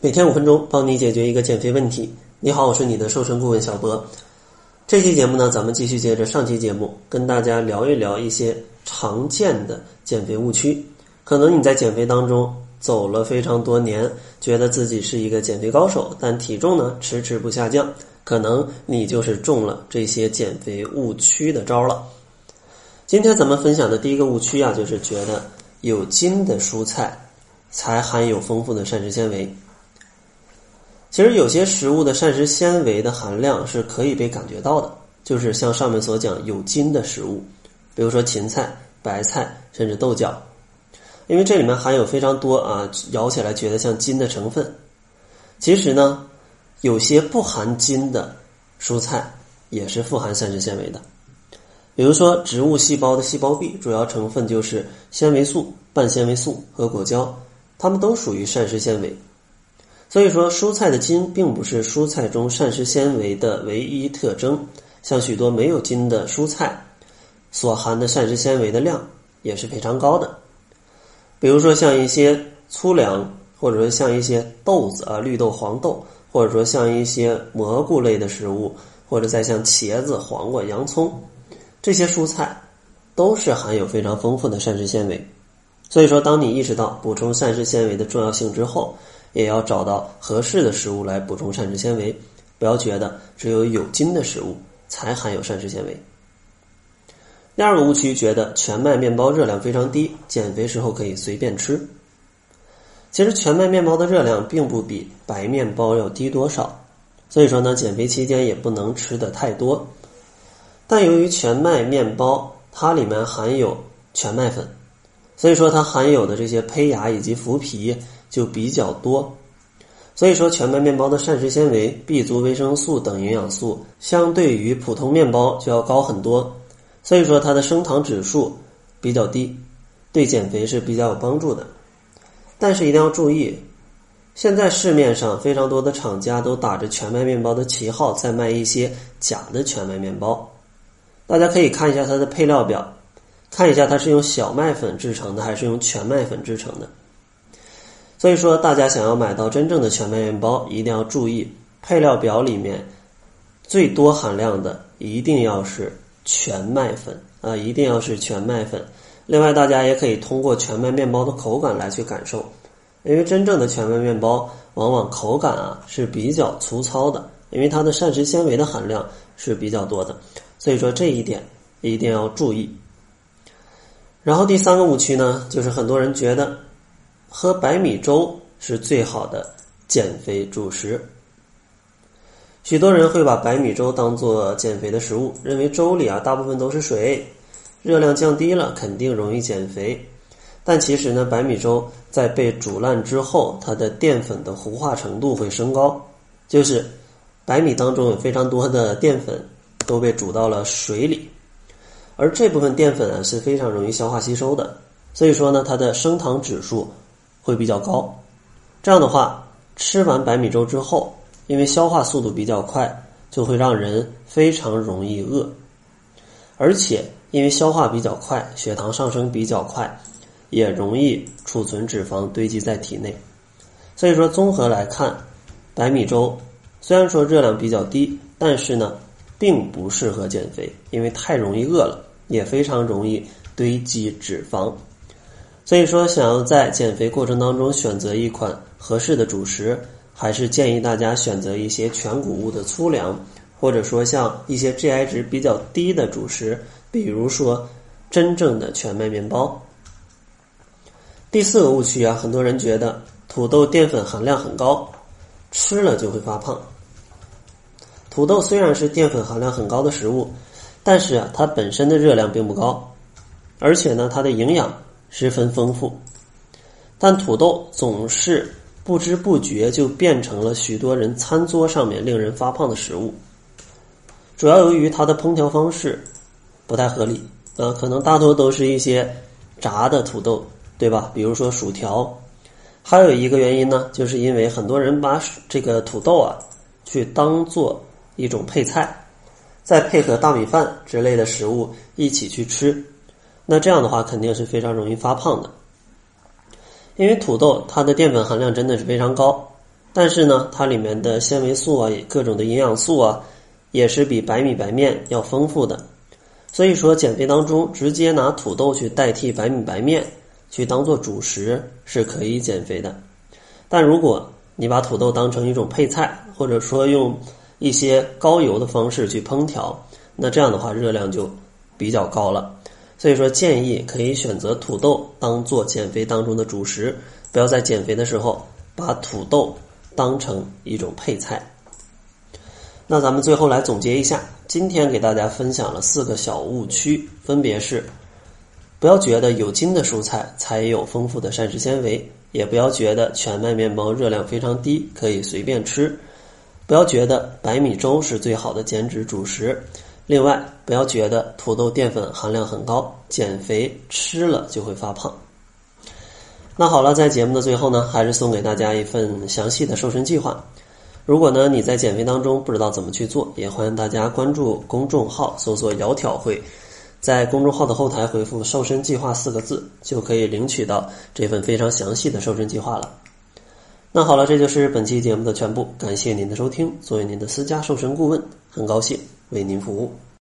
每天5分钟，帮你解决一个减肥问题。你好，我是你的瘦身顾问小博。这期节目呢，咱们继续接着上期节目，跟大家聊一聊一些常见的减肥误区。可能你在减肥当中走了非常多年，觉得自己是一个减肥高手，但体重呢迟迟不下降，可能你就是中了这些减肥误区的招了。今天咱们分享的第一个误区啊，就是觉得有筋的蔬菜才含有丰富的膳食纤维。其实有些食物的膳食纤维的含量是可以被感觉到的，就是像上面所讲有筋的食物，比如说芹菜、白菜，甚至豆角，因为这里面含有非常多咬起来觉得像筋的成分。其实呢，有些不含筋的蔬菜也是富含膳食纤维的，比如说植物细胞的细胞壁，主要成分就是纤维素、半纤维素和果胶，它们都属于膳食纤维。所以说蔬菜的筋并不是蔬菜中膳食纤维的唯一特征，像许多没有筋的蔬菜所含的膳食纤维的量也是非常高的。比如说像一些粗粮，或者说像一些豆子绿豆、黄豆，或者说像一些蘑菇类的食物，或者再像茄子、黄瓜、洋葱，这些蔬菜都是含有非常丰富的膳食纤维。所以说当你意识到补充膳食纤维的重要性之后，也要找到合适的食物来补充膳食纤维，不要觉得只有有筋的食物才含有膳食纤维。第二个误区，觉得全麦面包热量非常低，减肥时候可以随便吃。其实全麦面包的热量并不比白面包要低多少，所以说呢，减肥期间也不能吃的太多。但由于全麦面包它里面含有全麦粉，所以说它含有的这些胚芽以及麸皮就比较多，所以说全麦面包的膳食纤维、B 族维生素等营养素相对于普通面包就要高很多，所以说它的升糖指数比较低，对减肥是比较有帮助的。但是一定要注意，现在市面上非常多的厂家都打着全麦面包的旗号在卖一些假的全麦面包，大家可以看一下它的配料表，看一下它是用小麦粉制成的还是用全麦粉制成的。所以说大家想要买到真正的全麦面包，一定要注意配料表里面最多含量的一定要是全麦粉一定要是全麦粉。另外大家也可以通过全麦面包的口感来去感受，因为真正的全麦面包往往口感是比较粗糙的，因为它的膳食纤维的含量是比较多的，所以说这一点一定要注意。然后第三个误区呢，就是很多人觉得喝白米粥是最好的减肥主食。许多人会把白米粥当作减肥的食物，认为粥里大部分都是水，热量降低了肯定容易减肥。但其实呢，白米粥在被煮烂之后，它的淀粉的糊化程度会升高，就是白米当中有非常多的淀粉都被煮到了水里，而这部分淀粉是非常容易消化吸收的，所以说呢，它的升糖指数会比较高。这样的话，吃完白米粥之后，因为消化速度比较快，就会让人非常容易饿，而且因为消化比较快，血糖上升比较快，也容易储存脂肪堆积在体内。所以说综合来看，白米粥虽然说热量比较低，但是呢并不适合减肥，因为太容易饿了，也非常容易堆积脂肪。所以说想要在减肥过程当中选择一款合适的主食，还是建议大家选择一些全谷物的粗粮，或者说像一些 GI 值比较低的主食，比如说真正的全麦面包。第四个误区很多人觉得土豆淀粉含量很高，吃了就会发胖。土豆虽然是淀粉含量很高的食物，但是它本身的热量并不高，而且呢它的营养十分丰富，但土豆总是不知不觉就变成了许多人餐桌上面令人发胖的食物，主要由于它的烹调方式不太合理可能大多都是一些炸的土豆，对吧？比如说薯条。还有一个原因呢，就是因为很多人把这个土豆去当做一种配菜，再配合大米饭之类的食物一起去吃，那这样的话肯定是非常容易发胖的。因为土豆它的淀粉含量真的是非常高， 但是呢，它里面的纤维素啊，各种的营养素啊，也是比白米白面要丰富的。所以说减肥当中直接拿土豆去代替白米白面去当做主食是可以减肥的。但如果你把土豆当成一种配菜，或者说用一些高油的方式去烹调，那这样的话热量就比较高了。所以说建议可以选择土豆当做减肥当中的主食，不要在减肥的时候把土豆当成一种配菜。那咱们最后来总结一下，今天给大家分享了4个小误区，分别是：不要觉得有筋的蔬菜才有丰富的膳食纤维，也不要觉得全麦面包热量非常低，可以随便吃，不要觉得白米粥是最好的减脂主食，另外不要觉得土豆淀粉含量很高，减肥吃了就会发胖。那好了，在节目的最后呢，还是送给大家一份详细的瘦身计划。如果呢你在减肥当中不知道怎么去做，也欢迎大家关注公众号，搜索窈窕会，在公众号的后台回复瘦身计划4个字，就可以领取到这份非常详细的瘦身计划了。那好了，这就是本期节目的全部，感谢您的收听。作为您的私家瘦身顾问，很高兴为您服务。